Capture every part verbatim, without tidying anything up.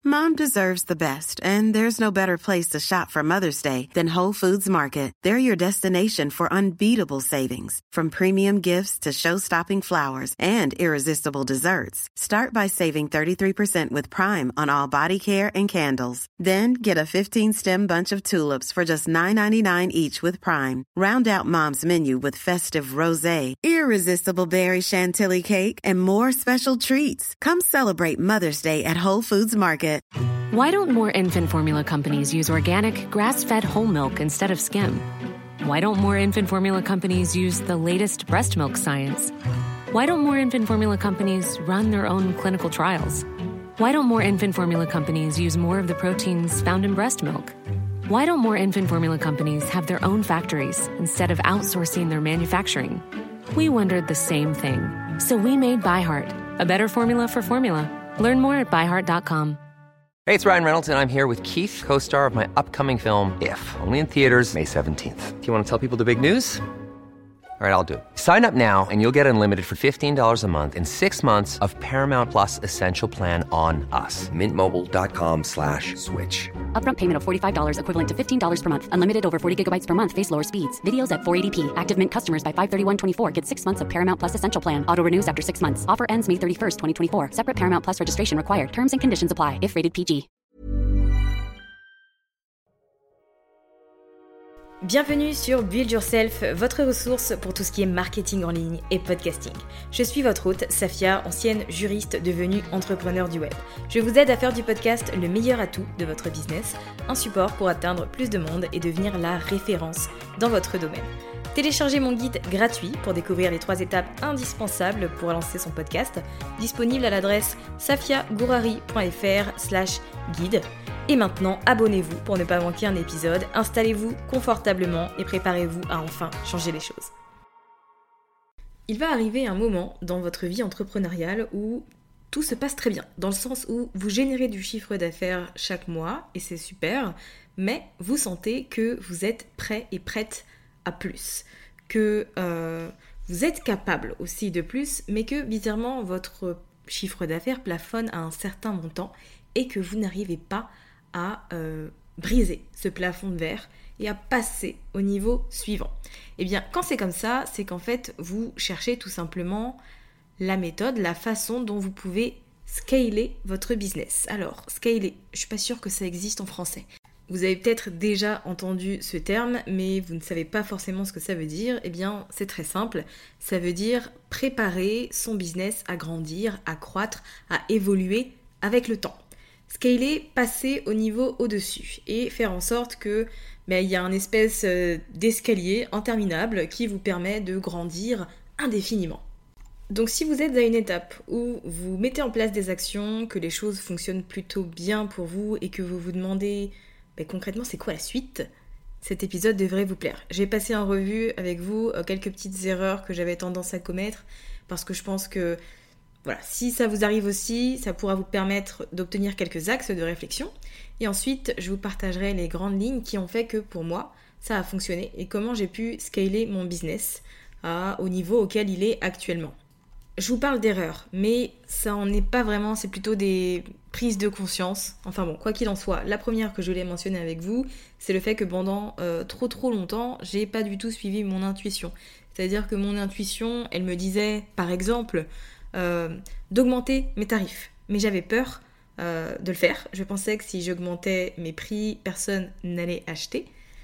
Mom deserves the best, and there's no better place to shop for Mother's Day than Whole Foods Market. They're your destination for unbeatable savings, from premium gifts to show-stopping flowers and irresistible desserts. Start by saving thirty-three percent with Prime on all body care and candles. Then get a fifteen-stem bunch of tulips for just nine ninety-nine each with Prime. Round out Mom's menu with festive rosé, irresistible berry chantilly cake, and more special treats. Come celebrate Mother's Day at Whole Foods Market. Why don't more infant formula companies use organic, grass-fed whole milk instead of skim? Why don't more infant formula companies use the latest breast milk science? Why don't more infant formula companies run their own clinical trials? Why don't more infant formula companies use more of the proteins found in breast milk? Why don't more infant formula companies have their own factories instead of outsourcing their manufacturing? We wondered the same thing. So we made ByHeart, a better formula for formula. Learn more at by heart dot com. Hey, it's Ryan Reynolds, and I'm here with Keith, co-star of my upcoming film, If, only in theaters May seventeenth. Do you want to tell people the big news? All right, I'll do it. Sign up now and you'll get unlimited for fifteen dollars a month and six months of Paramount Plus Essential Plan on us. Mint Mobile dot com slash switch. Upfront payment of forty-five dollars equivalent to fifteen dollars per month. Unlimited over forty gigabytes per month. Face lower speeds. Videos at four eighty p. Active Mint customers by five thirty-one twenty-four get six months of Paramount Plus Essential Plan. Auto renews after six months. Offer ends May thirty-first, twenty twenty-four. Separate Paramount Plus registration required. Terms and conditions apply if rated P G. Bienvenue sur Build Yourself, votre ressource pour tout ce qui est marketing en ligne et podcasting. Je suis votre hôte, Safia, ancienne juriste devenue entrepreneur du web. Je vous aide à faire du podcast le meilleur atout de votre business, un support pour atteindre plus de monde et devenir la référence dans votre domaine. Téléchargez mon guide gratuit pour découvrir les trois étapes indispensables pour lancer son podcast, disponible à l'adresse safiagourari.fr slash guide. Et maintenant, abonnez-vous pour ne pas manquer un épisode, installez-vous confortablement et préparez-vous à enfin changer les choses. Il va arriver un moment dans votre vie entrepreneuriale où tout se passe très bien, dans le sens où vous générez du chiffre d'affaires chaque mois, et c'est super, mais vous sentez que vous êtes prêt et prête à plus, que euh, vous êtes capable aussi de plus, mais que bizarrement votre chiffre d'affaires plafonne à un certain montant et que vous n'arrivez pas à euh, briser ce plafond de verre et à passer au niveau suivant. Et bien, quand c'est comme ça, c'est qu'en fait, vous cherchez tout simplement la méthode, la façon dont vous pouvez scaler votre business. Alors, scaler, je suis pas sûre que ça existe en français. Vous avez peut-être déjà entendu ce terme, mais vous ne savez pas forcément ce que ça veut dire. Eh bien, c'est très simple. Ça veut dire préparer son business à grandir, à croître, à évoluer avec le temps. Scaler, passer au niveau au-dessus et faire en sorte que ben, il y a un espèce d'escalier interminable qui vous permet de grandir indéfiniment. Donc si vous êtes à une étape où vous mettez en place des actions, que les choses fonctionnent plutôt bien pour vous et que vous vous demandez ben, concrètement c'est quoi la suite, cet épisode devrait vous plaire. J'ai passé en revue avec vous quelques petites erreurs que j'avais tendance à commettre parce que je pense que voilà, si ça vous arrive aussi, ça pourra vous permettre d'obtenir quelques axes de réflexion. Et ensuite, je vous partagerai les grandes lignes qui ont fait que pour moi, ça a fonctionné et comment j'ai pu scaler mon business à, au niveau auquel il est actuellement. Je vous parle d'erreurs, mais ça en est pas vraiment, c'est plutôt des prises de conscience. Enfin bon, quoi qu'il en soit, la première que je voulais mentionner avec vous, c'est le fait que pendant euh, trop trop longtemps, j'ai pas du tout suivi mon intuition. C'est-à-dire que mon intuition, elle me disait, par exemple, Euh, d'augmenter mes tarifs. Mais j'avais peur euh, de le faire. Je pensais que si j'augmentais mes prix, personne n'allait acheter.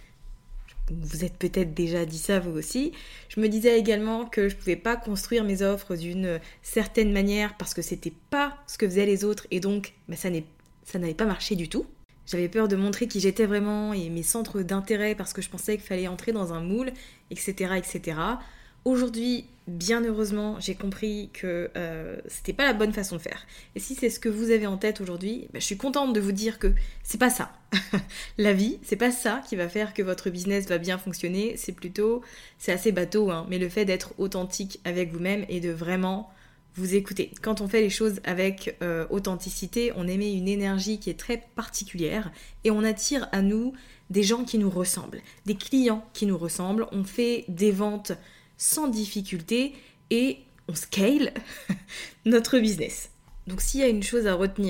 Vous êtes peut-être déjà dit ça vous aussi. Je me disais également que je ne pouvais pas construire mes offres d'une certaine manière parce que c'était pas ce que faisaient les autres et donc bah, ça, n'est, ça n'allait pas marcher du tout. J'avais peur de montrer qui j'étais vraiment et mes centres d'intérêt parce que je pensais qu'il fallait entrer dans un moule, et cetera, et cetera. Aujourd'hui, bien heureusement, j'ai compris que euh, c'était pas la bonne façon de faire. Et si c'est ce que vous avez en tête aujourd'hui, bah, je suis contente de vous dire que c'est pas ça. La vie, c'est pas ça qui va faire que votre business va bien fonctionner. C'est plutôt, c'est assez bateau, hein, mais le fait d'être authentique avec vous-même et de vraiment vous écouter. Quand on fait les choses avec euh, authenticité, on émet une énergie qui est très particulière et on attire à nous des gens qui nous ressemblent, des clients qui nous ressemblent. On fait des ventes sans difficulté et on scale notre business. Donc s'il y a une chose à retenir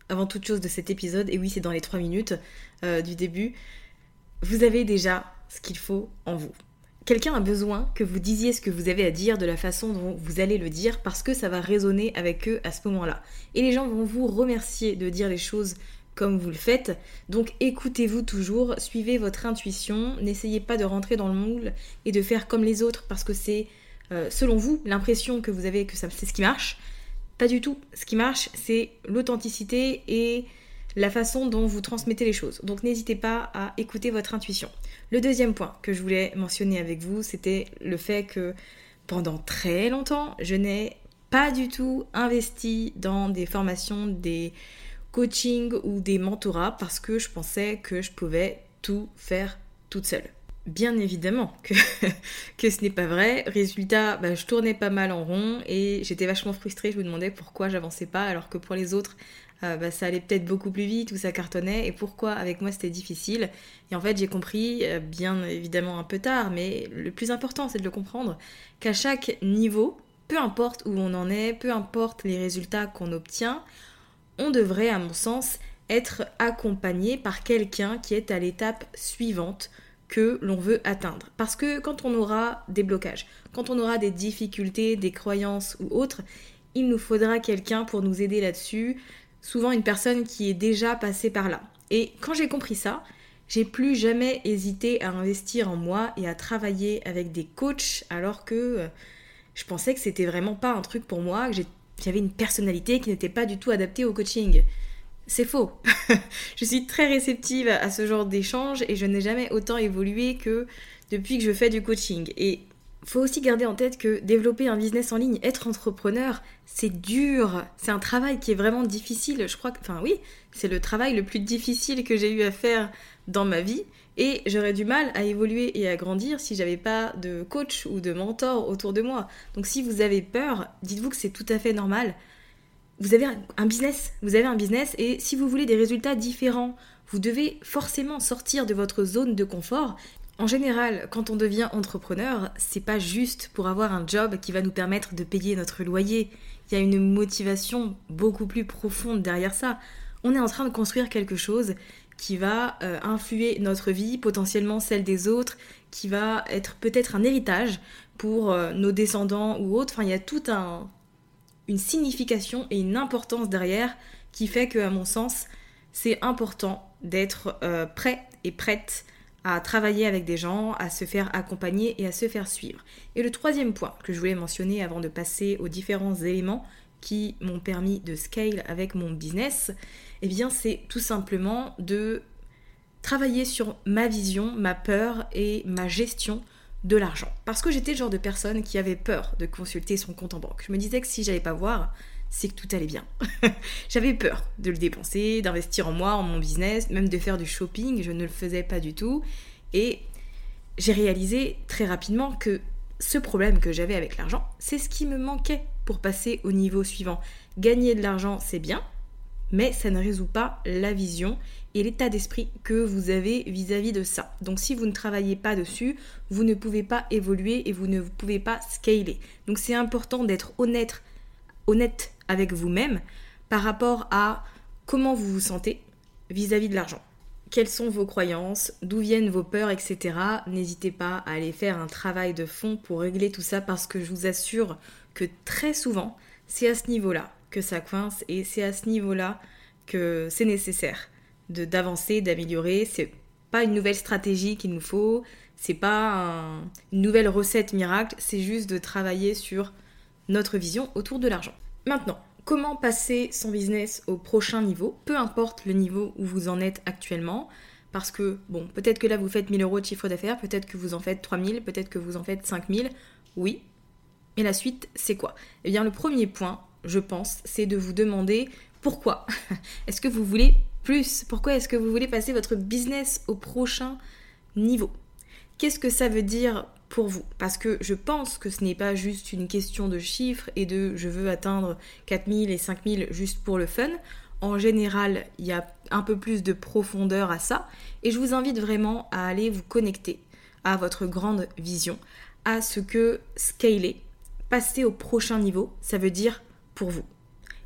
avant toute chose de cet épisode, et oui c'est dans les trois minutes euh, du début, vous avez déjà ce qu'il faut en vous. Quelqu'un a besoin que vous disiez ce que vous avez à dire de la façon dont vous allez le dire parce que ça va résonner avec eux à ce moment-là. Et les gens vont vous remercier de dire les choses comme vous le faites. Donc écoutez-vous toujours, suivez votre intuition, n'essayez pas de rentrer dans le moule et de faire comme les autres parce que c'est, euh, selon vous, l'impression que vous avez que ça, c'est ce qui marche. Pas du tout. Ce qui marche, c'est l'authenticité et la façon dont vous transmettez les choses. Donc n'hésitez pas à écouter votre intuition. Le deuxième point que je voulais mentionner avec vous, c'était le fait que pendant très longtemps, je n'ai pas du tout investi dans des formations, des coachings ou des mentorats parce que je pensais que je pouvais tout faire toute seule. Bien évidemment que, que ce n'est pas vrai. Résultat, bah, je tournais pas mal en rond et j'étais vachement frustrée. Je me demandais pourquoi j'avançais pas alors que pour les autres, euh, bah, ça allait peut-être beaucoup plus vite ou ça cartonnait et pourquoi avec moi c'était difficile. Et en fait j'ai compris, euh, bien évidemment un peu tard, mais le plus important c'est de le comprendre, qu'à chaque niveau, peu importe où on en est, peu importe les résultats qu'on obtient, on devrait à mon sens être accompagné par quelqu'un qui est à l'étape suivante que l'on veut atteindre. Parce que quand on aura des blocages, quand on aura des difficultés, des croyances ou autres, il nous faudra quelqu'un pour nous aider là-dessus, souvent une personne qui est déjà passée par là. Et quand j'ai compris ça, j'ai plus jamais hésité à investir en moi et à travailler avec des coachs alors que euh, je pensais que c'était vraiment pas un truc pour moi, que j'avais une personnalité qui n'était pas du tout adaptée au coaching. C'est faux. Je suis très réceptive à ce genre d'échange et je n'ai jamais autant évolué que depuis que je fais du coaching. Et faut aussi garder en tête que développer un business en ligne, être entrepreneur, c'est dur. C'est un travail qui est vraiment difficile. Je crois que, enfin oui, c'est le travail le plus difficile que j'ai eu à faire dans ma vie. Et j'aurais du mal à évoluer et à grandir si j'avais pas de coach ou de mentor autour de moi. Donc si vous avez peur, dites-vous que c'est tout à fait normal. Vous avez un business, vous avez un business et si vous voulez des résultats différents, vous devez forcément sortir de votre zone de confort. En général, quand on devient entrepreneur, c'est pas juste pour avoir un job qui va nous permettre de payer notre loyer. Il y a une motivation beaucoup plus profonde derrière ça. On est en train de construire quelque chose qui va euh, influer notre vie, potentiellement celle des autres, qui va être peut-être un héritage pour euh, nos descendants ou autres. Enfin, il y a tout un... une signification et une importance derrière qui fait que, à mon sens, c'est important d'être euh, prêt et prête à travailler avec des gens, à se faire accompagner et à se faire suivre. Et le troisième point que je voulais mentionner avant de passer aux différents éléments qui m'ont permis de scale avec mon business, eh bien c'est tout simplement de travailler sur ma vision, ma peur et ma gestion de l'argent. Parce que j'étais le genre de personne qui avait peur de consulter son compte en banque. Je me disais que si j'allais pas voir, c'est que tout allait bien. J'avais peur de le dépenser, d'investir en moi, en mon business, même de faire du shopping, je ne le faisais pas du tout. Et j'ai réalisé très rapidement que ce problème que j'avais avec l'argent, c'est ce qui me manquait pour passer au niveau suivant. Gagner de l'argent, c'est bien, mais ça ne résout pas la vision et l'état d'esprit que vous avez vis-à-vis de ça. Donc si vous ne travaillez pas dessus, vous ne pouvez pas évoluer et vous ne pouvez pas scaler. Donc c'est important d'être honnête, honnête avec vous-même par rapport à comment vous vous sentez vis-à-vis de l'argent. Quelles sont vos croyances, d'où viennent vos peurs, et cetera. N'hésitez pas à aller faire un travail de fond pour régler tout ça parce que je vous assure que très souvent, c'est à ce niveau-là que ça coince et c'est à ce niveau-là que c'est nécessaire de, d'avancer, d'améliorer. C'est pas une nouvelle stratégie qu'il nous faut, c'est pas un, une nouvelle recette miracle, c'est juste de travailler sur notre vision autour de l'argent. Maintenant, comment passer son business au prochain niveau, peu importe le niveau où vous en êtes actuellement, parce que, bon, peut-être que là vous faites mille euros de chiffre d'affaires, peut-être que vous en faites trois mille, peut-être que vous en faites cinq mille, oui. Et la suite, c'est quoi ? Eh bien, le premier point, je pense, c'est de vous demander pourquoi. Est-ce que vous voulez plus ? Pourquoi est-ce que vous voulez passer votre business au prochain niveau ? Qu'est-ce que ça veut dire pour vous ? Parce que je pense que ce n'est pas juste une question de chiffres et de je veux atteindre quatre mille et cinq mille juste pour le fun. En général, il y a un peu plus de profondeur à ça et je vous invite vraiment à aller vous connecter à votre grande vision, à ce que scaler, passer au prochain niveau, ça veut dire pour vous.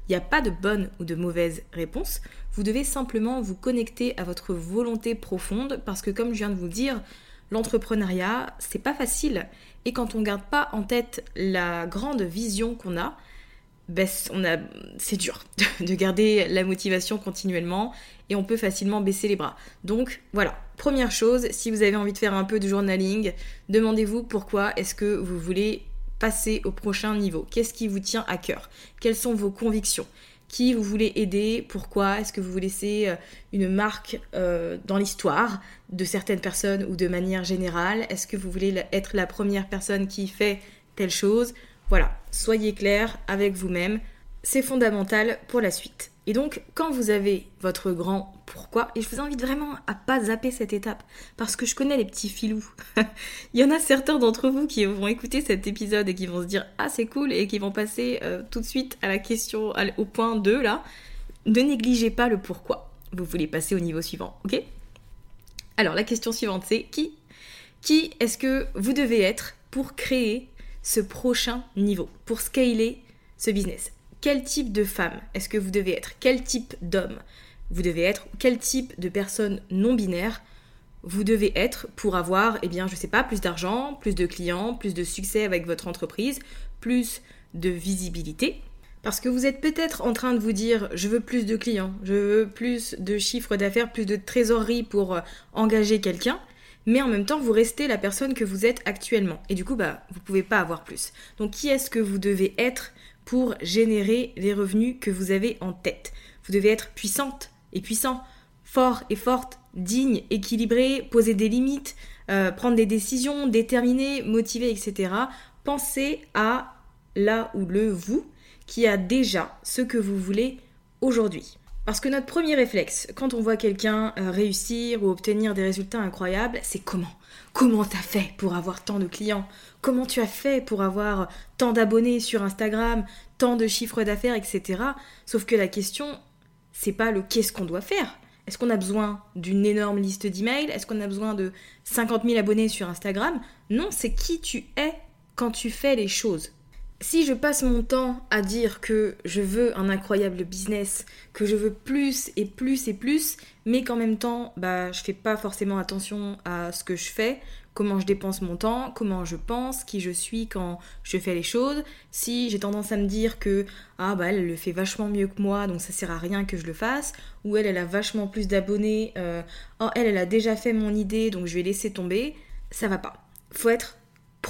Il n'y a pas de bonne ou de mauvaise réponse. Vous devez simplement vous connecter à votre volonté profonde parce que comme je viens de vous le dire, l'entrepreneuriat, c'est pas facile. Et quand on ne garde pas en tête la grande vision qu'on a, ben on a, c'est dur de garder la motivation continuellement et on peut facilement baisser les bras. Donc voilà, première chose, si vous avez envie de faire un peu de journaling, demandez-vous pourquoi est-ce que vous voulez passer au prochain niveau. Qu'est-ce qui vous tient à cœur? Quelles sont vos convictions? Qui vous voulez aider? Pourquoi? Est-ce que vous vous laissez une marque euh, dans l'histoire de certaines personnes ou de manière générale? Est-ce que vous voulez être la première personne qui fait telle chose? Voilà, soyez clair avec vous-même, c'est fondamental pour la suite. Et donc, quand vous avez votre grand pourquoi, et je vous invite vraiment à pas zapper cette étape, parce que je connais les petits filous. Il y en a certains d'entre vous qui vont écouter cet épisode et qui vont se dire « Ah, c'est cool » et qui vont passer euh, tout de suite à la question, à, au point deux, là. Ne négligez pas le pourquoi. Vous voulez passer au niveau suivant, ok? Alors, la question suivante, c'est qui? Qui est-ce que vous devez être pour créer ce prochain niveau, pour scaler ce business? Quel type de femme est-ce que vous devez être? Quel type d'homme vous devez être? Quel type de personne non binaire vous devez être pour avoir, eh bien, je sais pas, plus d'argent, plus de clients, plus de succès avec votre entreprise, plus de visibilité? Parce que vous êtes peut-être en train de vous dire « je veux plus de clients, je veux plus de chiffre d'affaires, plus de trésorerie pour engager quelqu'un », mais en même temps, vous restez la personne que vous êtes actuellement. Et du coup, bah, vous ne pouvez pas avoir plus. Donc, qui est-ce que vous devez être pour générer les revenus que vous avez en tête? Vous devez être puissante et puissant, fort et forte, digne, équilibré, poser des limites, euh, prendre des décisions, déterminé, motivé, et cetera. Pensez à là ou le vous qui a déjà ce que vous voulez aujourd'hui. Parce que notre premier réflexe, quand on voit quelqu'un réussir ou obtenir des résultats incroyables, c'est comment? Comment t'as fait pour avoir tant de clients? Comment tu as fait pour avoir tant d'abonnés sur Instagram, tant de chiffres d'affaires, et cetera. Sauf que la question, c'est pas le qu'est-ce qu'on doit faire. Est-ce qu'on a besoin d'une énorme liste d'emails? Est-ce qu'on a besoin de cinquante mille abonnés sur Instagram? Non, c'est qui tu es quand tu fais les choses. Si je passe mon temps à dire que je veux un incroyable business, que je veux plus et plus et plus, mais qu'en même temps, bah, je fais pas forcément attention à ce que je fais, comment je dépense mon temps, comment je pense, qui je suis quand je fais les choses, si j'ai tendance à me dire que ah bah elle le fait vachement mieux que moi, donc ça sert à rien que je le fasse, ou elle, elle a vachement plus d'abonnés, euh, oh, elle, elle a déjà fait mon idée, donc je vais laisser tomber, ça va pas. Faut être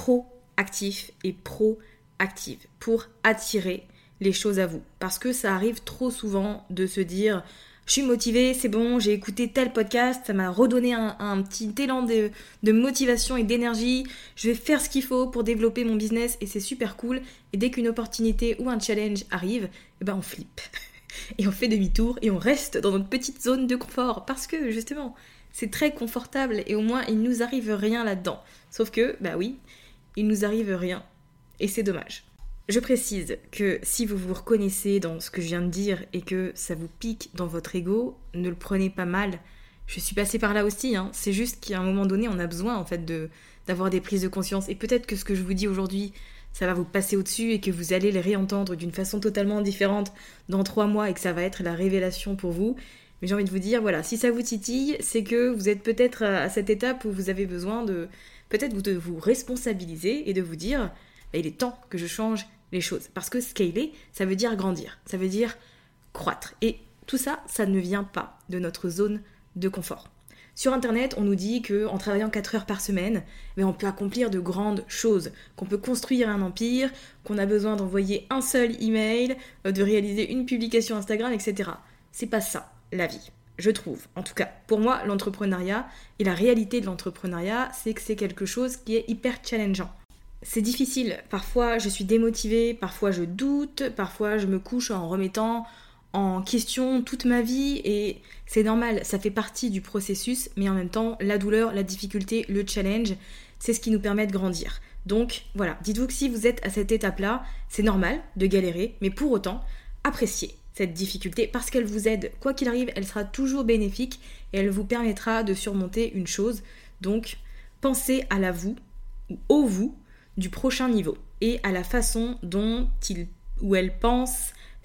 proactif et pro active pour attirer les choses à vous. Parce que ça arrive trop souvent de se dire « je suis motivée, c'est bon, j'ai écouté tel podcast, ça m'a redonné un, un petit élan de, de motivation et d'énergie, je vais faire ce qu'il faut pour développer mon business et c'est super cool. » Et dès qu'une opportunité ou un challenge arrive, eh ben on flippe. Et on fait demi-tour et on reste dans notre petite zone de confort parce que justement, c'est très confortable et au moins il nous arrive rien là-dedans. Sauf que, bah oui, il nous arrive rien. Et c'est dommage. Je précise que si vous vous reconnaissez dans ce que je viens de dire et que ça vous pique dans votre ego, ne le prenez pas mal. Je suis passée par là aussi, hein. C'est juste qu'à un moment donné, on a besoin en fait de, d'avoir des prises de conscience. Et peut-être que ce que je vous dis aujourd'hui, ça va vous passer au-dessus et que vous allez les réentendre d'une façon totalement différente dans trois mois et que ça va être la révélation pour vous. Mais j'ai envie de vous dire, voilà, si ça vous titille, c'est que vous êtes peut-être à cette étape où vous avez besoin de peut-être de vous responsabiliser et de vous dire... il est temps que je change les choses. Parce que scaler, ça veut dire grandir, ça veut dire croître. Et tout ça, ça ne vient pas de notre zone de confort. Sur Internet, on nous dit qu'en travaillant quatre heures par semaine, on peut accomplir de grandes choses, qu'on peut construire un empire, qu'on a besoin d'envoyer un seul email, de réaliser une publication Instagram, et cetera. C'est pas ça, la vie. Je trouve, en tout cas, pour moi, l'entrepreneuriat et la réalité de l'entrepreneuriat, c'est que c'est quelque chose qui est hyper challengeant. C'est difficile, parfois je suis démotivée, parfois je doute, parfois je me couche en remettant en question toute ma vie et c'est normal, ça fait partie du processus, mais en même temps, la douleur, la difficulté, le challenge, c'est ce qui nous permet de grandir. Donc voilà, dites-vous que si vous êtes à cette étape-là, c'est normal de galérer, mais pour autant, appréciez cette difficulté parce qu'elle vous aide. Quoi qu'il arrive, elle sera toujours bénéfique et elle vous permettra de surmonter une chose. Donc, pensez à la vous ou au vous du prochain niveau et à la façon dont il ou elle pense,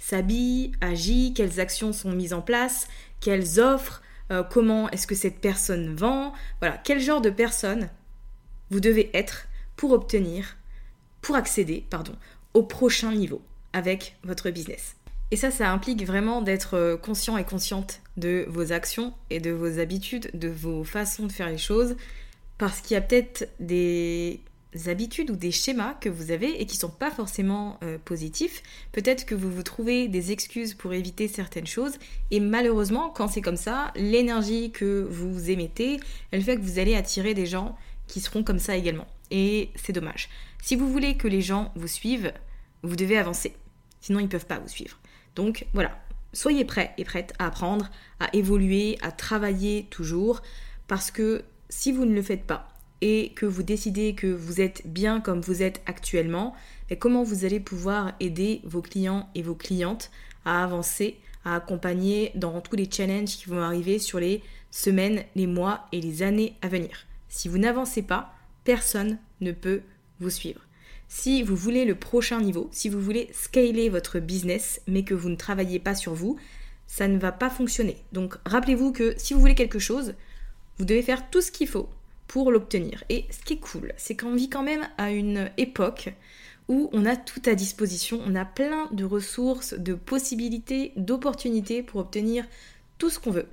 s'habille, agit, quelles actions sont mises en place, quelles offres, euh, comment est-ce que cette personne vend, voilà, quel genre de personne vous devez être pour obtenir, pour accéder, pardon, au prochain niveau avec votre business. Et ça, ça implique vraiment d'être conscient et consciente de vos actions et de vos habitudes, de vos façons de faire les choses, parce qu'il y a peut-être des habitudes ou des schémas que vous avez et qui ne sont pas forcément euh, positifs. Peut-être que vous vous trouvez des excuses pour éviter certaines choses et malheureusement, quand c'est comme ça, l'énergie que vous émettez, elle fait que vous allez attirer des gens qui seront comme ça également. Et c'est dommage. Si vous voulez que les gens vous suivent, vous devez avancer. Sinon, ils ne peuvent pas vous suivre. Donc voilà, soyez prêts et prêtes à apprendre, à évoluer, à travailler toujours, parce que si vous ne le faites pas et que vous décidez que vous êtes bien comme vous êtes actuellement, mais comment vous allez pouvoir aider vos clients et vos clientes à avancer, à accompagner dans tous les challenges qui vont arriver sur les semaines, les mois et les années à venir. Si vous n'avancez pas, personne ne peut vous suivre. Si vous voulez le prochain niveau, si vous voulez scaler votre business, mais que vous ne travaillez pas sur vous, ça ne va pas fonctionner. Donc rappelez-vous que si vous voulez quelque chose, vous devez faire tout ce qu'il faut pour l'obtenir. Et ce qui est cool, c'est qu'on vit quand même à une époque où on a tout à disposition, on a plein de ressources, de possibilités, d'opportunités pour obtenir tout ce qu'on veut.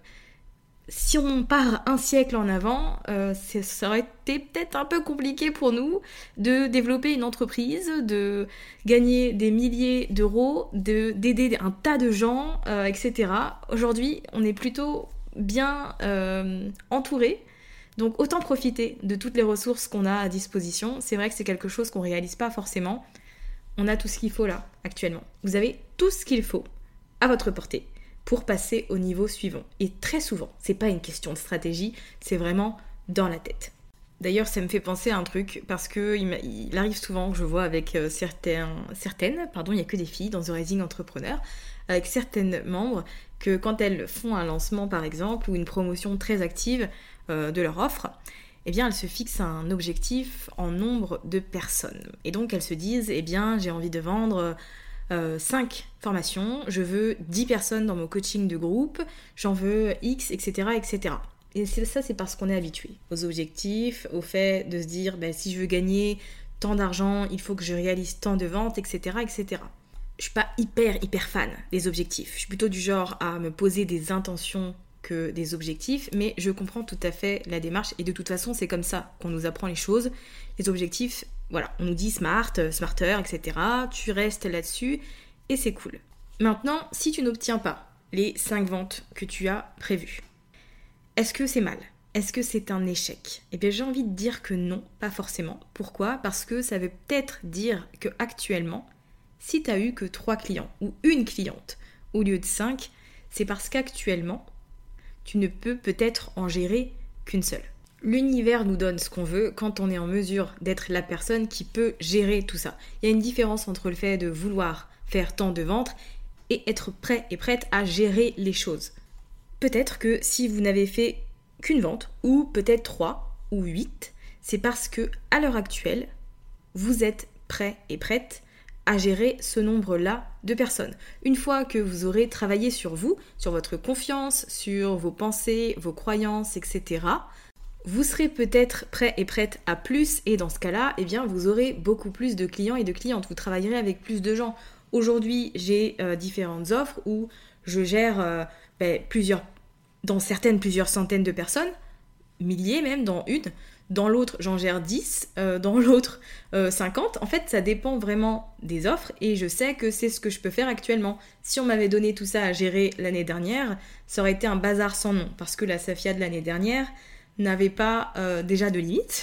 Si on part un siècle en avant, euh, ça aurait été peut-être un peu compliqué pour nous de développer une entreprise, de gagner des milliers d'euros, de, d'aider un tas de gens, euh, et cetera. Aujourd'hui, on est plutôt bien euh, entouré, donc autant profiter de toutes les ressources qu'on a à disposition. C'est vrai que c'est quelque chose qu'on ne réalise pas forcément. On a tout ce qu'il faut là, actuellement. Vous avez tout ce qu'il faut à votre portée pour passer au niveau suivant. Et très souvent, c'est pas une question de stratégie, c'est vraiment dans la tête. D'ailleurs, ça me fait penser à un truc, parce que il, il arrive souvent que je vois avec euh, certains, certaines, pardon, il n'y a que des filles dans The Rising Entrepreneur, avec certaines membres, que quand elles font un lancement par exemple, ou une promotion très active euh, de leur offre, eh bien elles se fixent un objectif en nombre de personnes. Et donc elles se disent, eh bien j'ai envie de vendre Euh, cinq formations, je veux dix personnes dans mon coaching de groupe, j'en veux X, et cetera, et cetera. Et c'est, ça, c'est parce qu'on est habitué aux objectifs, au fait de se dire, ben, si je veux gagner tant d'argent, il faut que je réalise tant de ventes, et cetera, et cetera. Je suis pas hyper, hyper fan des objectifs. Je suis plutôt du genre à me poser des intentions que des objectifs, mais je comprends tout à fait la démarche et de toute façon, c'est comme ça qu'on nous apprend les choses. Les objectifs, voilà, on nous dit smart, smarter, et cetera. Tu restes là-dessus et c'est cool. Maintenant, si tu n'obtiens pas les cinq ventes que tu as prévues, est-ce que c'est mal ? Est-ce que c'est un échec ? Eh bien, j'ai envie de dire que non, pas forcément. Pourquoi ? Parce que ça veut peut-être dire que actuellement, si tu as eu que trois clients ou une cliente au lieu de cinq, c'est parce qu'actuellement, tu ne peux peut-être en gérer qu'une seule. L'univers nous donne ce qu'on veut quand on est en mesure d'être la personne qui peut gérer tout ça. Il y a une différence entre le fait de vouloir faire tant de ventes et être prêt et prête à gérer les choses. Peut-être que si vous n'avez fait qu'une vente, ou peut-être trois ou huit, c'est parce que à l'heure actuelle, vous êtes prêt et prête à gérer ce nombre-là de personnes. Une fois que vous aurez travaillé sur vous, sur votre confiance, sur vos pensées, vos croyances, et cetera, vous serez peut-être prêt et prête à plus, et dans ce cas-là, eh bien, vous aurez beaucoup plus de clients et de clientes. Vous travaillerez avec plus de gens. Aujourd'hui, j'ai euh, différentes offres où je gère euh, ben, plusieurs, dans certaines plusieurs centaines de personnes, milliers même dans une. Dans l'autre, j'en gère dix, euh, dans l'autre, euh, cinquante. En fait, ça dépend vraiment des offres et je sais que c'est ce que je peux faire actuellement. Si on m'avait donné tout ça à gérer l'année dernière, ça aurait été un bazar sans nom parce que la Safia de l'année dernière n'avait pas euh, déjà de limites.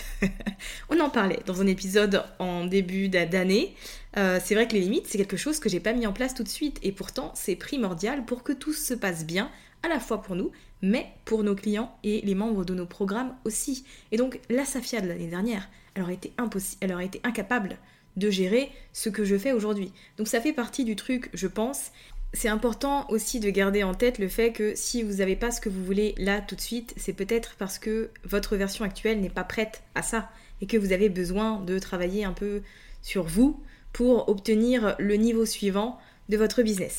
On en parlait dans un épisode en début d'année. Euh, c'est vrai que les limites, c'est quelque chose que j'ai pas mis en place tout de suite et pourtant, c'est primordial pour que tout se passe bien, à la fois pour nous, mais pour nos clients et les membres de nos programmes aussi. Et donc, la Safia de l'année dernière, elle aurait été impossible, elle aurait été incapable de gérer ce que je fais aujourd'hui. Donc, ça fait partie du truc, je pense. C'est important aussi de garder en tête le fait que si vous n'avez pas ce que vous voulez là tout de suite, c'est peut-être parce que votre version actuelle n'est pas prête à ça et que vous avez besoin de travailler un peu sur vous pour obtenir le niveau suivant de votre business.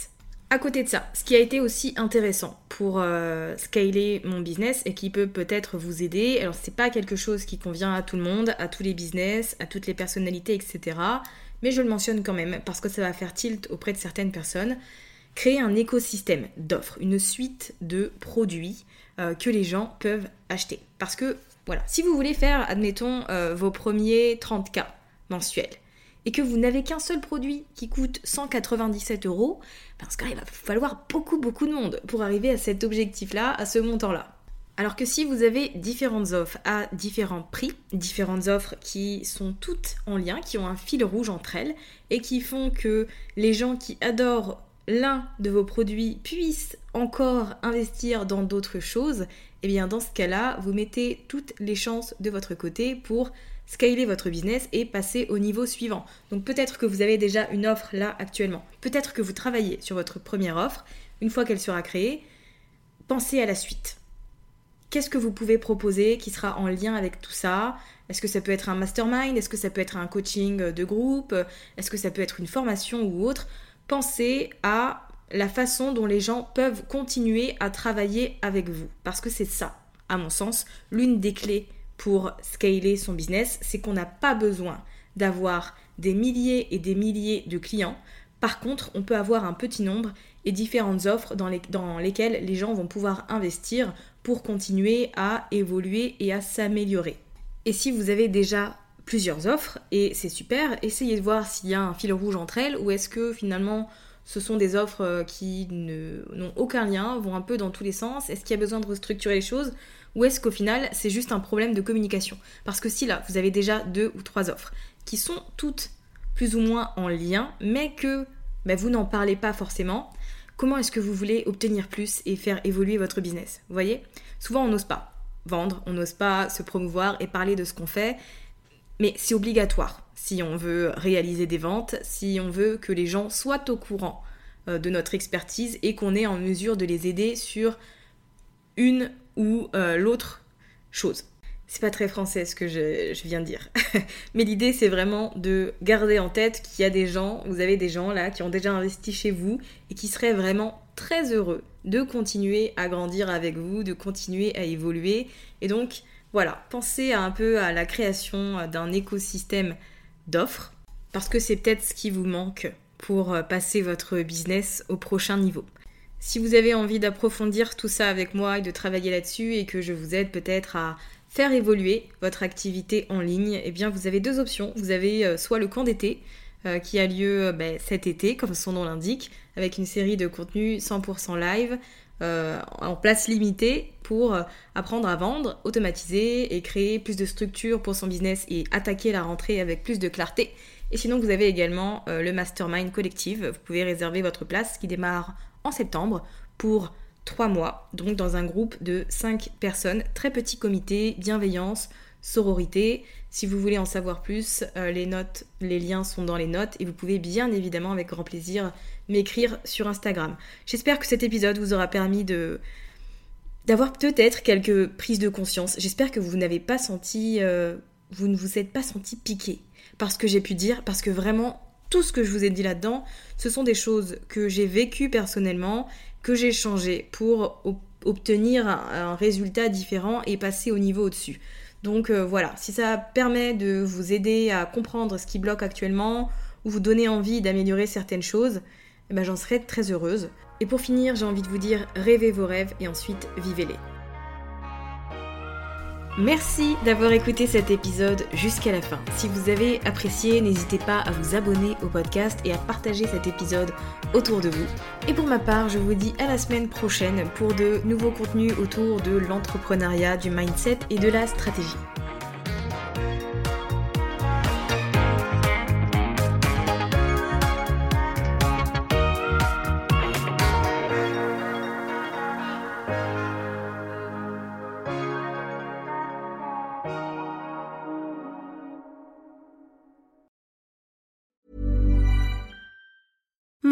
À côté de ça, ce qui a été aussi intéressant pour euh, scaler mon business et qui peut peut-être vous aider, alors c'est pas quelque chose qui convient à tout le monde, à tous les business, à toutes les personnalités, et cetera. Mais je le mentionne quand même parce que ça va faire tilt auprès de certaines personnes. Créer un écosystème d'offres, une suite de produits euh, que les gens peuvent acheter. Parce que, voilà, si vous voulez faire, admettons, euh, vos premiers trente mille mensuels, et que vous n'avez qu'un seul produit qui coûte cent quatre-vingt-dix-sept euros, parce qu'il va falloir beaucoup, beaucoup de monde pour arriver à cet objectif-là, à ce montant-là. Alors que si vous avez différentes offres à différents prix, différentes offres qui sont toutes en lien, qui ont un fil rouge entre elles, et qui font que les gens qui adorent l'un de vos produits puissent encore investir dans d'autres choses, et bien dans ce cas-là, vous mettez toutes les chances de votre côté pour scaler votre business et passer au niveau suivant. Donc peut-être que vous avez déjà une offre là actuellement. Peut-être que vous travaillez sur votre première offre. Une fois qu'elle sera créée, pensez à la suite. Qu'est-ce que vous pouvez proposer qui sera en lien avec tout ça ? Est-ce que ça peut être un mastermind ? Est-ce que ça peut être un coaching de groupe ? Est-ce que ça peut être une formation ou autre ? Pensez à la façon dont les gens peuvent continuer à travailler avec vous. Parce que c'est ça, à mon sens, l'une des clés pour scaler son business, c'est qu'on n'a pas besoin d'avoir des milliers et des milliers de clients. Par contre, on peut avoir un petit nombre et différentes offres dans, les, dans lesquelles les gens vont pouvoir investir pour continuer à évoluer et à s'améliorer. Et si vous avez déjà plusieurs offres, et c'est super, essayez de voir s'il y a un fil rouge entre elles, ou est-ce que finalement ce sont des offres qui ne, n'ont aucun lien, vont un peu dans tous les sens. Est-ce qu'il y a besoin de restructurer les choses ? Ou est-ce qu'au final, c'est juste un problème de communication ? Parce que si là, vous avez déjà deux ou trois offres qui sont toutes plus ou moins en lien, mais que bah, vous n'en parlez pas forcément, comment est-ce que vous voulez obtenir plus et faire évoluer votre business ? Vous voyez ? Souvent, on n'ose pas vendre, on n'ose pas se promouvoir et parler de ce qu'on fait, mais c'est obligatoire si on veut réaliser des ventes, si on veut que les gens soient au courant euh, de notre expertise et qu'on est en mesure de les aider sur une ou euh, l'autre chose. C'est pas très français ce que je, je viens de dire. Mais l'idée, c'est vraiment de garder en tête qu'il y a des gens, vous avez des gens là qui ont déjà investi chez vous et qui seraient vraiment très heureux de continuer à grandir avec vous, de continuer à évoluer. Et donc, voilà, pensez un peu à la création d'un écosystème d'offres parce que c'est peut-être ce qui vous manque pour passer votre business au prochain niveau. Si vous avez envie d'approfondir tout ça avec moi et de travailler là-dessus et que je vous aide peut-être à faire évoluer votre activité en ligne, eh bien vous avez deux options. Vous avez euh, soit le camp d'été euh, qui a lieu euh, ben, cet été, comme son nom l'indique, avec une série de contenus cent pour cent live euh, en place limitée pour euh, apprendre à vendre, automatiser et créer plus de structure pour son business et attaquer la rentrée avec plus de clarté. Et sinon vous avez également euh, le mastermind collectif. Vous pouvez réserver votre place qui démarre en septembre pour trois mois, donc dans un groupe de cinq personnes, très petit comité, bienveillance, sororité. Si vous voulez en savoir plus, euh, les notes, les liens sont dans les notes et vous pouvez bien évidemment avec grand plaisir m'écrire sur Instagram. J'espère que cet épisode vous aura permis de d'avoir peut-être quelques prises de conscience. J'espère que vous n'avez pas senti, euh, vous ne vous êtes pas senti piqué par ce que j'ai pu dire, parce que vraiment tout ce que je vous ai dit là-dedans, ce sont des choses que j'ai vécues personnellement, que j'ai changé pour ob- obtenir un, un résultat différent et passer au niveau au-dessus. Donc euh, voilà, si ça permet de vous aider à comprendre ce qui bloque actuellement ou vous donner envie d'améliorer certaines choses, eh ben, j'en serais très heureuse. Et pour finir, j'ai envie de vous dire, rêvez vos rêves et ensuite vivez-les. Merci d'avoir écouté cet épisode jusqu'à la fin. Si vous avez apprécié, n'hésitez pas à vous abonner au podcast et à partager cet épisode autour de vous. Et pour ma part, je vous dis à la semaine prochaine pour de nouveaux contenus autour de l'entrepreneuriat, du mindset et de la stratégie.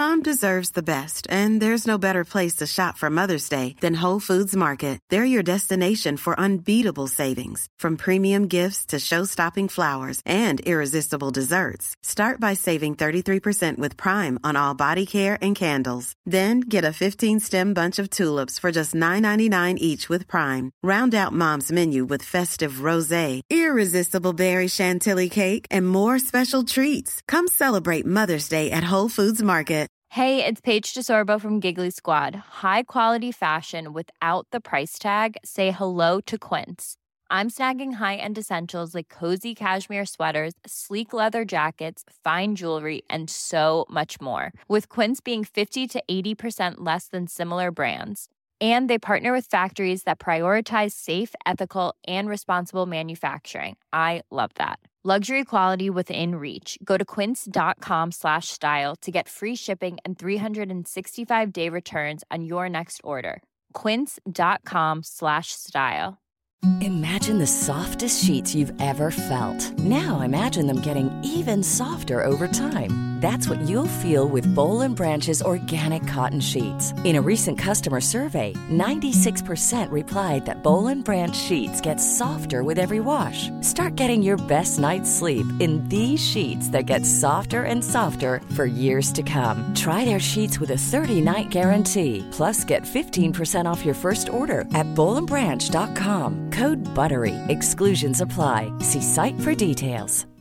Mom deserves the best, and there's no better place to shop for Mother's Day than Whole Foods Market. They're your destination for unbeatable savings, from premium gifts to show-stopping flowers and irresistible desserts. Start by saving thirty-three percent with Prime on all body care and candles. Then get a fifteen-stem bunch of tulips for just nine ninety-nine each with Prime. Round out Mom's menu with festive rosé, irresistible berry chantilly cake, and more special treats. Come celebrate Mother's Day at Whole Foods Market. Hey, it's Paige DeSorbo from Giggly Squad. High quality fashion without the price tag. Say hello to Quince. I'm snagging high-end essentials like cozy cashmere sweaters, sleek leather jackets, fine jewelry, and so much more. With Quince being fifty to eighty percent less than similar brands. And they partner with factories that prioritize safe, ethical, and responsible manufacturing. I love that. Luxury quality within reach. Go to quince.com slash style to get free shipping and three sixty-five day returns on your next order. Quince.com slash style. Imagine the softest sheets you've ever felt. Now imagine them getting even softer over time. That's what you'll feel with Boll and Branch's organic cotton sheets. In a recent customer survey, ninety-six percent replied that Boll and Branch sheets get softer with every wash. Start getting your best night's sleep in these sheets that get softer and softer for years to come. Try their sheets with a thirty-night guarantee. Plus, get fifteen percent off your first order at boll and branch dot com. Code BUTTERY. Exclusions apply. See site for details.